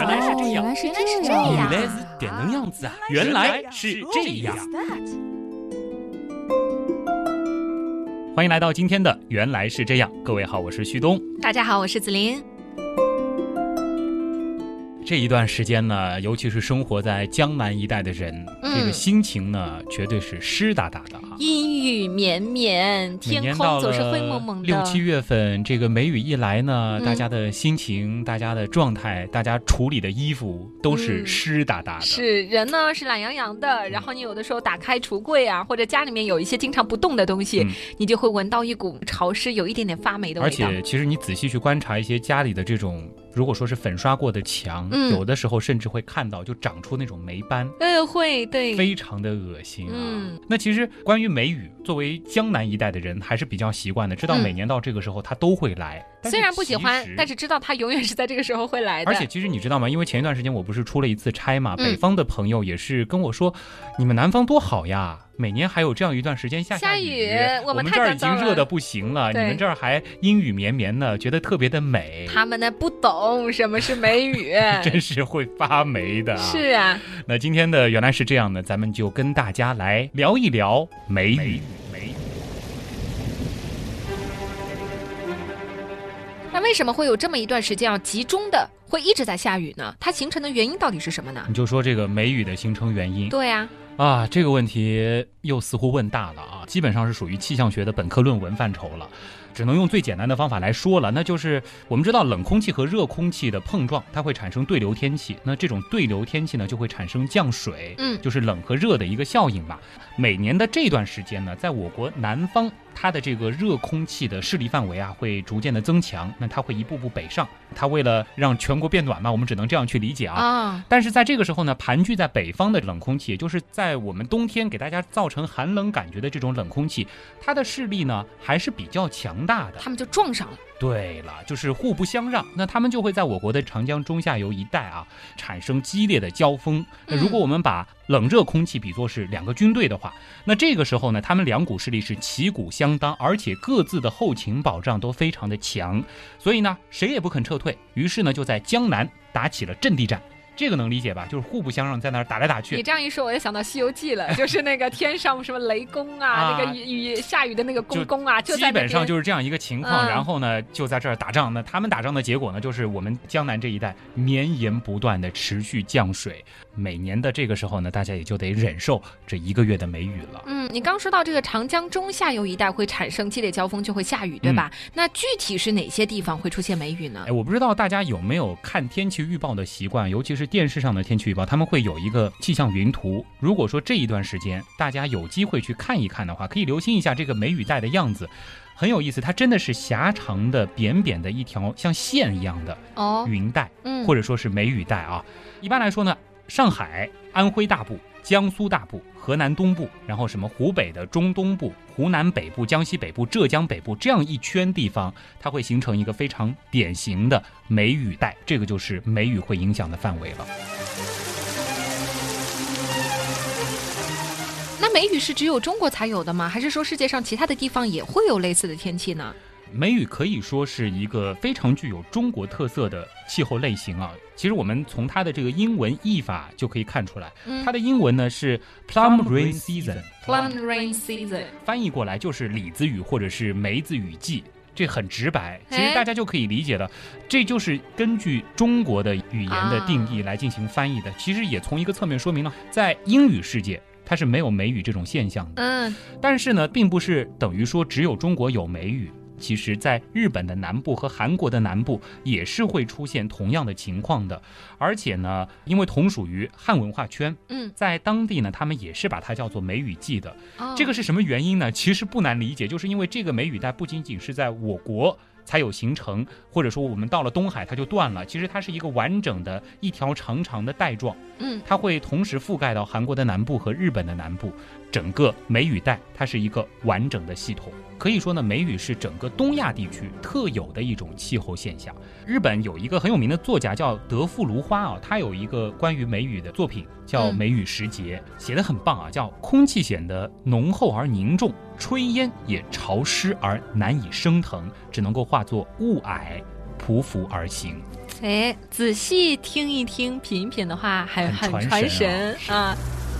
来是这样， 原来是这样， 原来是这能样子啊，原来是这样。欢迎来到今天的原来是这样，各位好，我是旭东。 大家好，我是子琳。 这一段时间呢，尤其是生活在江南一带的人，这个心情呢，绝对是湿哒哒的啊， 阴雨绵绵，天空总是灰蒙蒙的。 6、7月份，这个梅雨一来呢，大家的心情、大家的状态、大家处理的衣服都是湿哒哒的。 是人呢是懒洋洋的，然后你有的时候打开橱柜啊，或者家里面有一些经常不动的东西，你就会闻到一股潮湿、有一点点发霉的味道。 而且，其实你仔细去观察一些家里的这种，如果说是粉刷过的墙，有的时候甚至会看到就长出那种霉斑， 会，对， 非常的恶心啊。那其实关于梅雨，作为江南一带的人还是比较习惯的，知道每年到这个时候它都会来。 虽然不喜欢，但是知道它永远是在这个时候会来的。 而且其实你知道吗？因为前一段时间我不是出了一次差嘛，北方的朋友也是跟我说，你们南方多好呀，每年还有这样一段时间下雨， 我们这儿已经热得不行了，你们这儿还阴雨绵绵的，觉得特别的美。 他们呢不懂什么是梅雨， 真是会发霉的。 是啊， 那今天的原来是这样的，咱们就跟大家来聊一聊梅雨。 那为什么会有这么一段时间集中的会一直在下雨呢？它形成的原因到底是什么呢？ 你就说这个梅雨的形成原因。 对呀。 这个问题又似乎问大了啊，基本上是属于气象学的本科论文范畴了。只能用最简单的方法来说了，那就是我们知道冷空气和热空气的碰撞，它会产生对流天气。那这种对流天气呢，就会产生降水，就是冷和热的一个效应吧。每年的这段时间呢，在我国南方，它的这个热空气的势力范围啊，会逐渐的增强。那它会一步步北上，它为了让全国变暖嘛，我们只能这样去理解啊。但是在这个时候呢，盘踞在北方的冷空气，也就是在我们冬天给大家造成寒冷感觉的这种冷空气，它的势力呢还是比较强大的， 他们就撞上了。 对了，就是互不相让，那他们就会在我国的长江中下游一带啊产生激烈的交锋。那如果我们把冷热空气比作是两个军队的话，那这个时候呢，他们两股势力是旗鼓相当，而且各自的后勤保障都非常的强，所以呢，谁也不肯撤退，于是呢，就在江南打起了阵地战。这个能理解吧？就是互不相让，在那儿打来打去。 你这样一说，我就想到《西游记》了，就是那个天上什么雷公啊，那个下雨的那个公公啊，就在基本上就是这样一个情况。然后呢，就在这儿打仗。那他们打仗的结果呢，就是我们江南这一带绵延不断的持续降水。每年的这个时候呢，大家也就得忍受这1个月的梅雨了。 你刚说到这个长江中下游一带会产生激烈交锋，就会下雨，对吧？那具体是哪些地方会出现梅雨呢？ 我不知道大家有没有看天气预报的习惯，尤其是电视上的天气预报，他们会有一个气象云图。如果说这一段时间大家有机会去看一看的话，可以留心一下这个梅雨带的样子，很有意思。它真的是狭长的扁扁的一条像线一样的云带，或者说是梅雨带啊。一般来说呢，上海、安徽大部、江苏大部、河南东部，然后什么湖北的中东部、湖南北部、江西北部、浙江北部，这样一圈地方，它会形成一个非常典型的梅雨带，这个就是梅雨会影响的范围了。 那梅雨是只有中国才有的吗？还是说世界上其他的地方也会有类似的天气呢？ 梅雨可以说是一个非常具有中国特色的气候类型啊。其实我们从它的这个英文译法就可以看出来，它的英文呢是 Plum Rain Season， 翻译过来就是李子雨或者是梅子雨季。这很直白，其实大家就可以理解了，这就是根据中国的语言的定义来进行翻译的。其实也从一个侧面说明了，在英语世界它是没有梅雨这种现象的。但是呢，并不是等于说只有中国有梅雨。其实在日本的南部和韩国的南部也是会出现同样的情况的，而且呢，因为同属于汉文化圈，在当地呢，他们也是把它叫做梅雨季的。这个是什么原因呢？其实不难理解，就是因为这个梅雨带不仅仅是在我国才有形成，或者说我们到了东海它就断了，其实它是一个完整的一条长长的带状，它会同时覆盖到韩国的南部和日本的南部，整个梅雨带它是一个完整的系统。可以说呢，梅雨是整个东亚地区特有的一种气候现象。日本有一个很有名的作家叫德富芦花啊，他有一个关于梅雨的作品叫《梅雨时节》，写得很棒啊，叫空气显得浓厚而凝重，炊烟也潮湿而难以升腾，只能够化作雾霭匍匐而行。 哎，仔细听一听，品一品的话，很传神啊。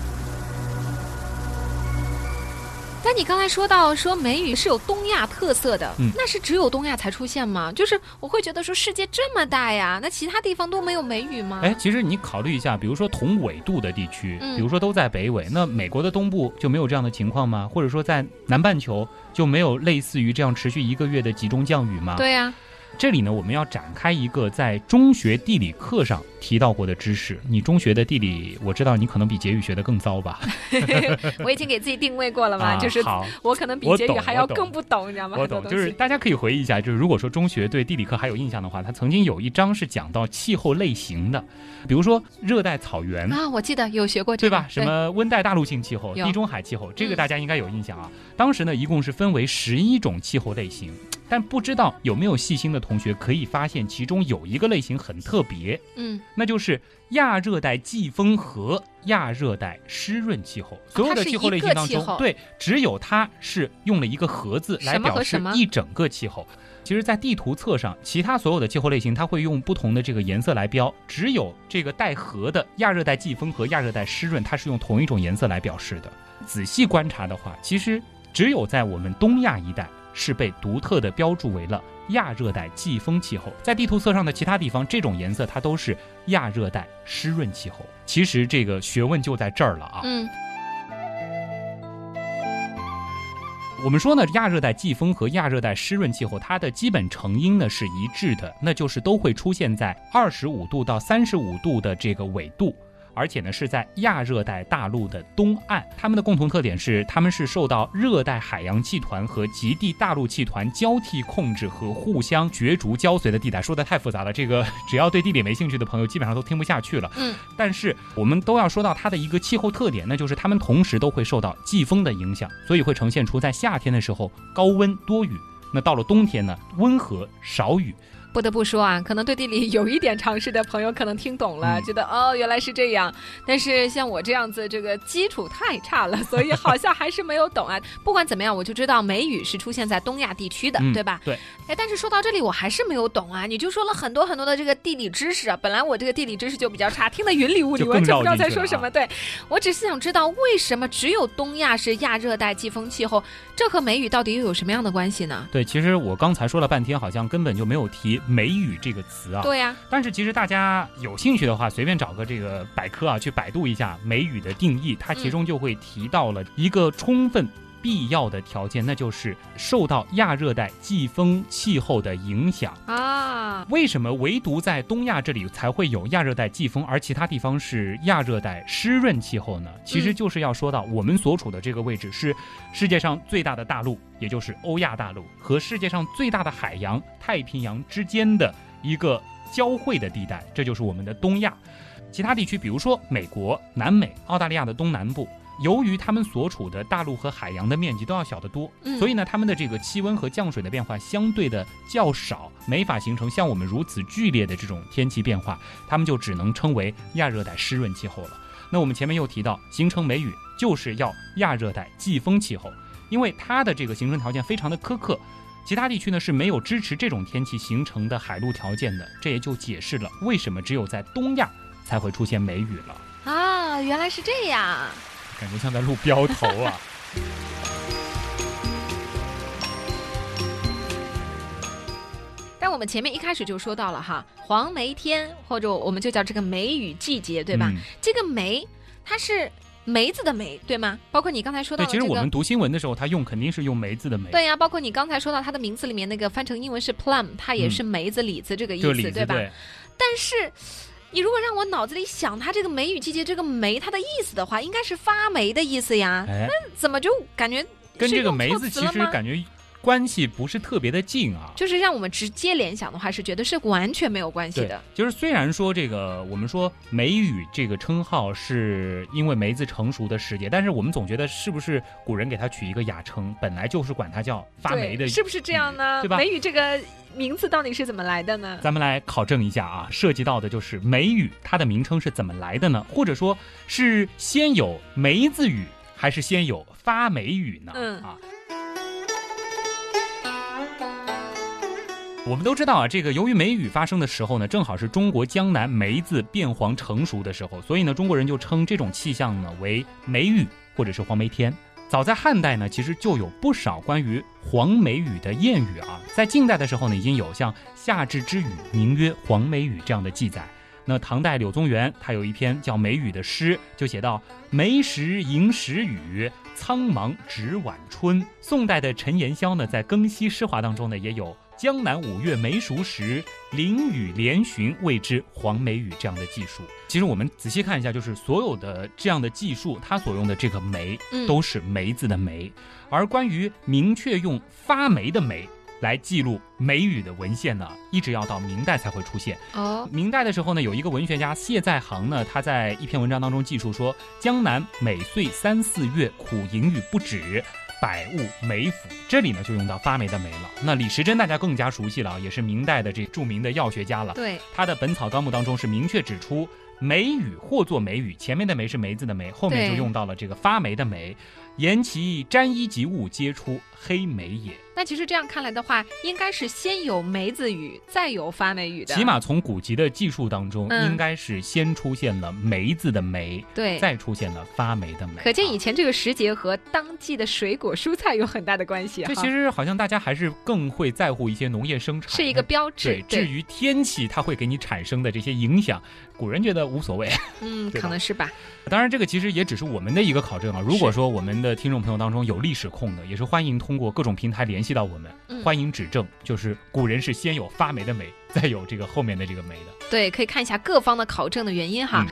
但你刚才说梅雨是有东亚特色的，那是只有东亚才出现吗？就是我会觉得说世界这么大呀，那其他地方都没有梅雨吗？ 其实你考虑一下，比如说同纬度的地区，比如说都在北纬，那美国的东部就没有这样的情况吗？或者说在南半球就没有类似于这样持续1个月的集中降雨吗？ 对呀。 这里呢，我们要展开一个在中学地理课上提到过的知识。你中学的地理，我知道你可能比杰宇学的更糟吧？ 我已经给自己定位过了嘛，就是我可能比杰宇还要更不懂，你知道吗？ 我懂，就是大家可以回忆一下，就是如果说中学对地理课还有印象的话，它曾经有一章是讲到气候类型的，比如说热带草原啊，我记得有学过这个， 对吧？什么温带大陆性气候、地中海气候，这个大家应该有印象啊。当时呢，一共是分为11种气候类型。但不知道有没有细心的同学可以发现，其中有一个类型很特别，那就是亚热带季风和亚热带湿润气候。所有的气候类型当中，对，只有它是用了一个和字来表示一整个气候。其实在地图册上，其他所有的气候类型它会用不同的这个颜色来标，只有这个带和的亚热带季风和亚热带湿润，它是用同一种颜色来表示的。仔细观察的话，其实只有在我们东亚一带是被独特的标注为了亚热带季风气候，在地图册上的其他地方，这种颜色它都是亚热带湿润气候。其实这个学问就在这儿了啊。我们说呢，亚热带季风和亚热带湿润气候，它的基本成因呢是一致的，那就是都会出现在25度到35度的这个纬度。而且呢，是在亚热带大陆的东岸，它们的共同特点是，它们是受到热带海洋气团和极地大陆气团交替控制和互相角逐交随的地带。说的太复杂了，这个只要对地理没兴趣的朋友基本上都听不下去了。但是我们都要说到它的一个气候特点，那就是它们同时都会受到季风的影响，所以会呈现出在夏天的时候高温多雨，那到了冬天呢，温和少雨。 不得不说啊，可能对地理有一点常识的朋友可能听懂了，觉得哦原来是这样。但是像我这样子，这个基础太差了，所以好像还是没有懂啊。不管怎么样，我就知道梅雨是出现在东亚地区的，对吧？ 对。 但是说到这里，我还是没有懂啊。你就说了很多很多的这个地理知识啊，本来我这个地理知识就比较差，听得云里雾里，完全不知道在说什么。对，我只是想知道为什么只有东亚是亚热带季风气候，这和梅雨到底又有什么样的关系呢？ 对，其实我刚才说了半天，好像根本就没有提梅雨这个词啊。 对呀。 但是其实大家有兴趣的话，随便找个这个百科啊，去百度一下梅雨的定义，它其中就会提到了一个充分必要的条件，那就是受到亚热带季风气候的影响啊。 为什么唯独在东亚这里才会有亚热带季风，而其他地方是亚热带湿润气候呢？其实就是要说到我们所处的这个位置是世界上最大的大陆，也就是欧亚大陆，和世界上最大的海洋太平洋之间的一个交汇的地带，这就是我们的东亚。其他地区比如说美国、南美、澳大利亚的东南部，由于他们所处的大陆和海洋的面积都要小得多，所以呢，他们的这个气温和降水的变化相对的较少，没法形成像我们如此剧烈的这种天气变化，他们就只能称为亚热带湿润气候了。那我们前面又提到，形成梅雨就是要亚热带季风气候，因为它的这个形成条件非常的苛刻，其他地区呢是没有支持这种天气形成的海陆条件的，这也就解释了为什么只有在东亚才会出现梅雨了啊！原来是这样。 感觉像在录标头啊。 但我们前面一开始就说到了哈，黄梅天，或者我们就叫这个梅雨季节，对吧？这个梅它是梅子的梅，对吗？包括你刚才说到的对，其实我们读新闻的时候，它肯定是用梅子的梅。 对呀，包括你刚才说到它的名字里面那个翻成英文是 plum， 它也是梅子、李子这个意思，对吧？ 对。 但是你如果让我脑子里想它这个梅雨季节这个梅它的意思的话，应该是发霉的意思呀。那怎么就感觉跟这个梅子其实感觉关系不是特别的近啊？ 就是让我们直接联想的话，是觉得是完全没有关系的。 就是虽然说这个我们说梅雨这个称号是因为梅子成熟的时节，但是我们总觉得是不是古人给它取一个雅称，本来就是管它叫发霉的， 是不是这样呢？ 对吧？ 梅雨这个名字到底是怎么来的呢？ 咱们来考证一下啊，涉及到的就是梅雨它的名称是怎么来的呢？或者说是先有梅子雨还是先有发霉雨呢？ 我们都知道啊，这个由于梅雨发生的时候呢，正好是中国江南梅子变黄成熟的时候，所以呢，中国人就称这种气象呢为梅雨或者是黄梅天。早在汉代呢，其实就有不少关于黄梅雨的谚语啊。在晋代的时候呢，已经有像夏至之雨名曰黄梅雨这样的记载。那唐代柳宗元他有一篇叫梅雨的诗，就写到梅时迎时雨，苍茫值晚春。宋代的陈延霄呢，在更西诗华当中呢，也有江南5月梅熟时，淋雨连旬谓之黄梅雨这样的记述。其实我们仔细看一下，就是所有的这样的记述，它所用的这个梅都是梅字的梅，而关于明确用发霉的霉来记录梅雨的文献呢，一直要到明代才会出现。明代的时候呢，有一个文学家谢在行呢，他在一篇文章当中记述说，江南每岁3、4月苦淫雨不止，百物梅腐，这里呢就用到发霉的霉了。那李时珍大家更加熟悉了，也是明代的这著名的药学家了。 对， 他的《本草纲目》当中是明确指出，梅雨或作梅雨，前面的梅是梅字的梅，后面就用到了这个发霉的霉，言其沾衣及物皆出黑霉也。 那其实这样看来的话，应该是先有梅子雨，再有发霉雨的。 起码从古籍的记述当中，应该是先出现了梅字的梅， 对， 再出现了发霉的霉。 可见以前这个时节和当季的水果蔬菜有很大的关系。 这其实好像大家还是更会在乎一些农业生产， 是一个标志。 对，至于天气它会给你产生的这些影响，古人觉得无所谓。 可能是吧。 当然这个其实也只是我们的一个考证啊。如果说我们的听众朋友当中有历史控的，也是欢迎通过各种平台联系到我们，欢迎指正，就是古人是先有发霉的霉，再有这个后面的这个霉的。 对，可以看一下各方的考证的原因哈。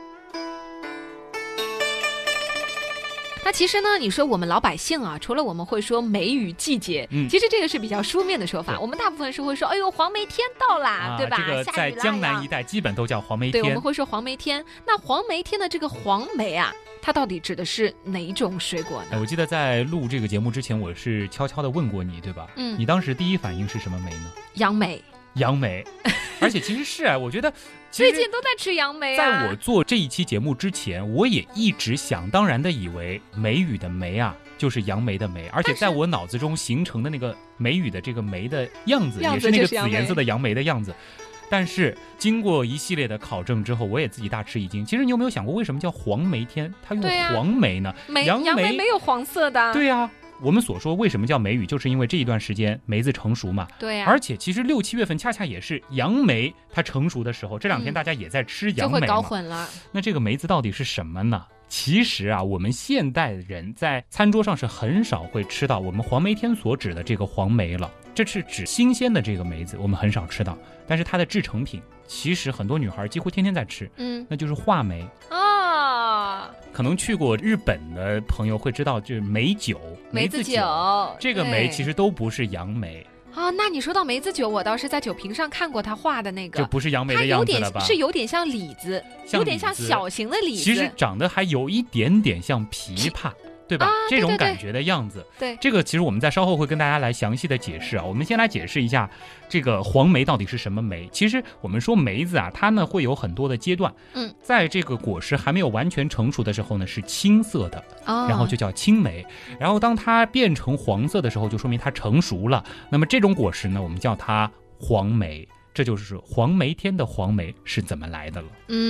那其实呢，你说我们老百姓啊，除了我们会说梅雨季节，其实这个是比较书面的说法。我们大部分是会说，哎呦，黄梅天到啦，对吧？ 这个在江南一带基本都叫黄梅天。 对，我们会说黄梅天。那黄梅天的这个黄梅啊，它到底指的是哪一种水果呢？ 我记得在录这个节目之前，我是悄悄地问过你，对吧？你当时第一反应是什么梅呢？ 杨梅。 杨梅。而且其实是啊，我觉得最近都在吃杨梅啊。 在我做这一期节目之前，我也一直想当然的以为梅雨的梅啊就是杨梅的梅，而且在我脑子中形成的那个梅雨的这个梅的样子也是那个紫颜色的杨梅的样子。但是经过一系列的考证之后，我也自己大吃一惊。其实你有没有想过，为什么叫黄梅天？它用黄梅呢？ 杨梅没有黄色的。 对啊。我们所说为什么叫梅雨，就是因为这一段时间梅子成熟嘛。 对啊。 而且其实6、7月份恰恰也是杨梅它成熟的时候，这2天大家也在吃杨梅嘛， 就会搞混了。 那这个梅子到底是什么呢？其实啊，我们现代人在餐桌上是很少会吃到我们黄梅天所指的这个黄梅了。这是指新鲜的这个梅子，我们很少吃到。但是它的制成品，其实很多女孩几乎天天在吃，那就是话梅。可能去过日本的朋友会知道，就是梅酒、 梅子酒， 这个梅其实都不是杨梅。 那你说到梅子酒，我倒是在酒瓶上看过他画的那个， 就不是杨梅的样子了吧？ 是有点像李子，有点像小型的李子， 其实长得还有一点点像枇杷。对吧？这种感觉的样子。 对， 这个其实我们在稍后会跟大家来详细的解释啊。我们先来解释一下这个黄梅到底是什么梅。其实我们说梅子啊，它呢会有很多的阶段。在这个果实还没有完全成熟的时候呢，是青色的，然后就叫青梅。然后当它变成黄色的时候，就说明它成熟了。那么这种果实呢，我们叫它黄梅。这就是黄梅天的黄梅是怎么来的了。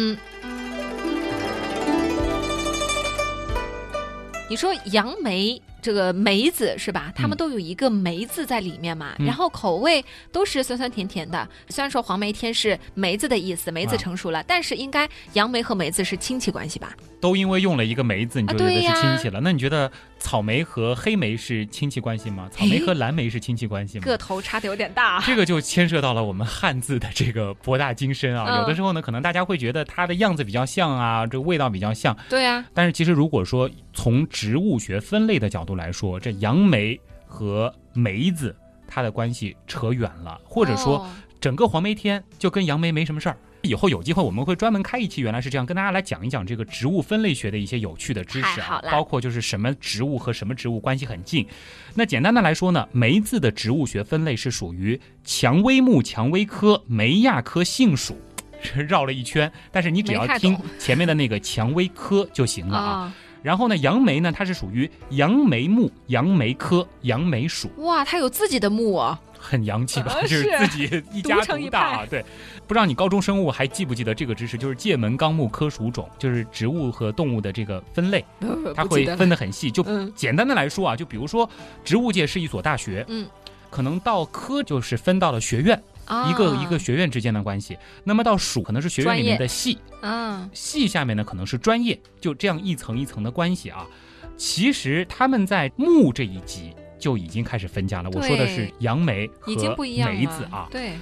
你说杨梅这个梅子是吧？它们都有一个梅字在里面嘛，然后口味都是酸酸甜甜的。虽然说黄梅天是梅子的意思，梅子成熟了，但是应该杨梅和梅子是亲戚关系吧？ 都因为用了一个梅字，你就觉得是亲戚了。那你觉得草莓和黑莓是亲戚关系吗？草莓和蓝莓是亲戚关系吗？ 个头差的有点大。 这个就牵涉到了我们汉字的这个博大精深啊。有的时候呢，可能大家会觉得它的样子比较像啊，这个味道比较像。 对啊。 但是其实如果说从植物学分类的角度来说，这杨梅和梅子它的关系扯远了，或者说整个黄梅天就跟杨梅没什么事儿。以后有机会我们会专门开一期，原来是这样，跟大家来讲一讲这个植物分类学的一些有趣的知识啊，包括就是什么植物和什么植物关系很近。那简单的来说呢，梅子的植物学分类是属于蔷薇目蔷薇科梅亚科杏属，绕了一圈，但是你只要听前面的那个蔷薇科就行了啊。然后呢，杨梅呢，它是属于杨梅目杨梅科杨梅属。 哇，它有自己的目啊！ 很洋气吧，就是自己一家独大对，不知道你高中生物还记不记得这个知识，就是界门纲目科属种，就是植物和动物的这个分类，它会分得很细。就简单的来说啊，就比如说植物界是一所大学，可能到科就是分到了学院。一个学院之间的关系，那么到属可能是学院里面的系，系下面呢可能是专业，就这样一层一层的关系啊。其实他们在木这一级就已经开始分家了。我说的是杨梅和梅子啊。 对。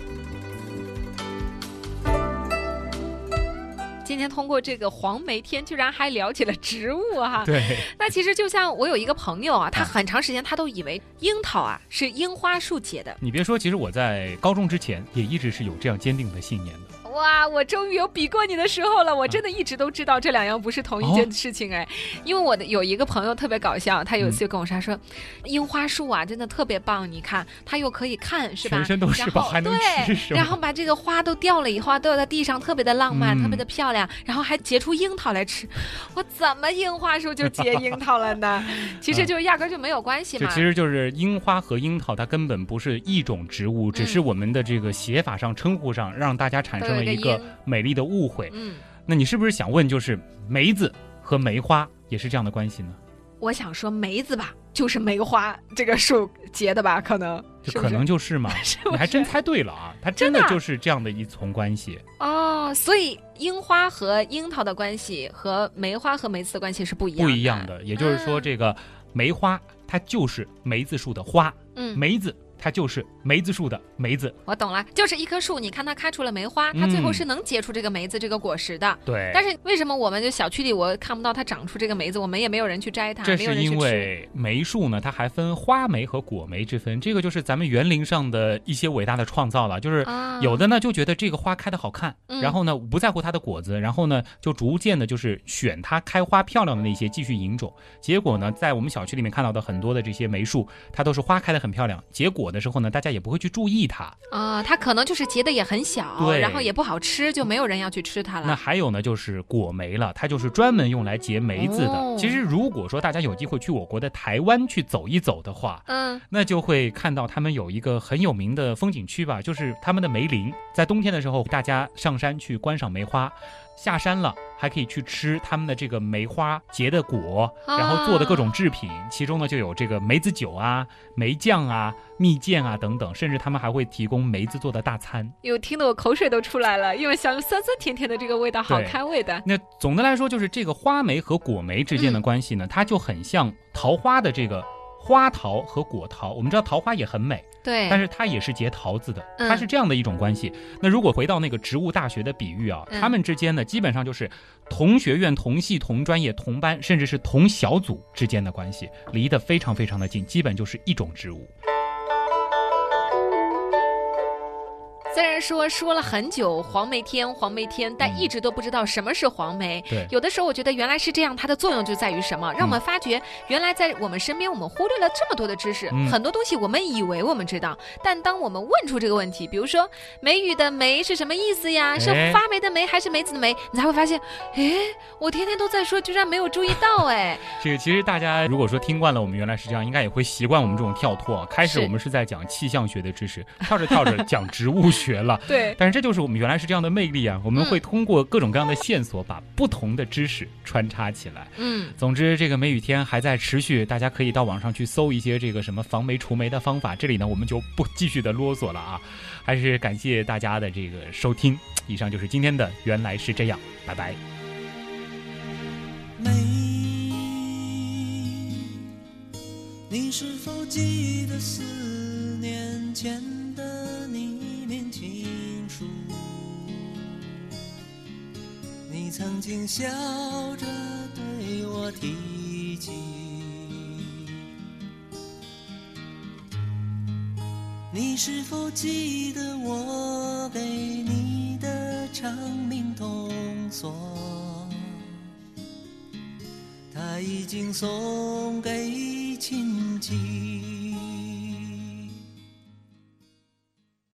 今天通过这个黄梅天，居然还聊起了植物哈。 对。 那其实就像我有一个朋友啊，他很长时间他都以为樱桃啊是樱花树结的。 你别说，其实我在高中之前也一直是有这样坚定的信念的。 哇，我终于有比过你的时候了！我真的一直都知道这两样不是同一件事情哎，因为我有一个朋友特别搞笑，他有一次就跟我说，樱花树啊真的特别棒，你看它又可以看是吧？ 全身都是宝，还能吃是吧？ 然后把这个花都掉了以后掉在地上，特别的浪漫，特别的漂亮，然后还结出樱桃来吃。我怎么樱花树就结樱桃了呢？其实就压根就没有关系嘛。 其实就是樱花和樱桃它根本不是一种植物，只是我们的这个写法上称呼上让大家产生了一个美丽的误会。那你是不是想问，就是梅子和梅花也是这样的关系呢？ 我想说梅子吧，就是梅花这个树结的吧，可能可能就是嘛。你还真猜对了啊，它真的就是这样的一层关系哦。所以樱花和樱桃的关系和梅花和梅子的关系是不一样的。 也就是说，这个梅花它就是梅子树的花，梅子它就是梅子树的梅子。 我懂了，就是一棵树，你看它开出了梅花，它最后是能结出这个梅子这个果实的。 对。 但是为什么我们就小区里我看不到它长出这个梅子，我们也没有人去摘它？ 这是因为梅树呢，它还分花梅和果梅之分。这个就是咱们园林上的一些伟大的创造了，就是有的呢就觉得这个花开得好看，然后呢不在乎它的果子，然后呢就逐渐的就是选它开花漂亮的那些继续引种。结果呢，在我们小区里面看到的很多的这些梅树，它都是花开得很漂亮，结果的时候呢，大家也不会去注意它它可能就是结的也很小，然后也不好吃，就没有人要去吃它了。 那还有呢，就是果梅了，它就是专门用来结梅子的。其实如果说大家有机会去我国的台湾去走一走的话，那就会看到他们有一个很有名的风景区吧，就是他们的梅林。在冬天的时候，大家上山去观赏梅花，下山了还可以去吃他们的这个梅花结的果，然后做的各种制品，其中呢就有这个梅子酒啊、梅酱啊、蜜饯啊等等，甚至他们还会提供梅子做的大餐。 有听得我口水都出来了，因为香酸酸甜甜的这个味道好开胃的。 那总的来说，就是这个花梅和果梅之间的关系呢，它就很像桃花的这个花桃和果桃。我们知道桃花也很美， 对， 但是它也是结桃子的，它是这样的一种关系。那如果回到那个植物大学的比喻啊，他们之间呢基本上就是同学院、同系、同专业、同班，甚至是同小组之间的关系，离得非常非常的近，基本就是一种植物。 虽然说了很久黄梅天，但一直都不知道什么是黄梅。 对， 有的时候我觉得原来是这样，它的作用就在于什么？让我们发觉原来在我们身边我们忽略了这么多的知识，很多东西我们以为我们知道，但当我们问出这个问题，比如说梅雨的梅是什么意思呀？是发霉的梅还是梅子的梅？你才会发现，我天天都在说，居然没有注意到这个其实大家如果说听惯了我们原来是这样，应该也会习惯我们这种跳脱。开始我们是在讲气象学的知识，跳着讲植物学了。 对， 但是这就是我们原来是这样的魅力啊！我们会通过各种各样的线索，把不同的知识穿插起来。总之这个梅雨天还在持续，大家可以到网上去搜一些这个什么防霉除霉的方法。这里呢，我们就不继续的啰嗦了啊！还是感谢大家的这个收听。以上就是今天的原来是这样，拜拜。 你是否记得4年前的你面情书？你曾经笑着对我提起，你是否记得我给你的长命铜锁？他已经送给亲戚。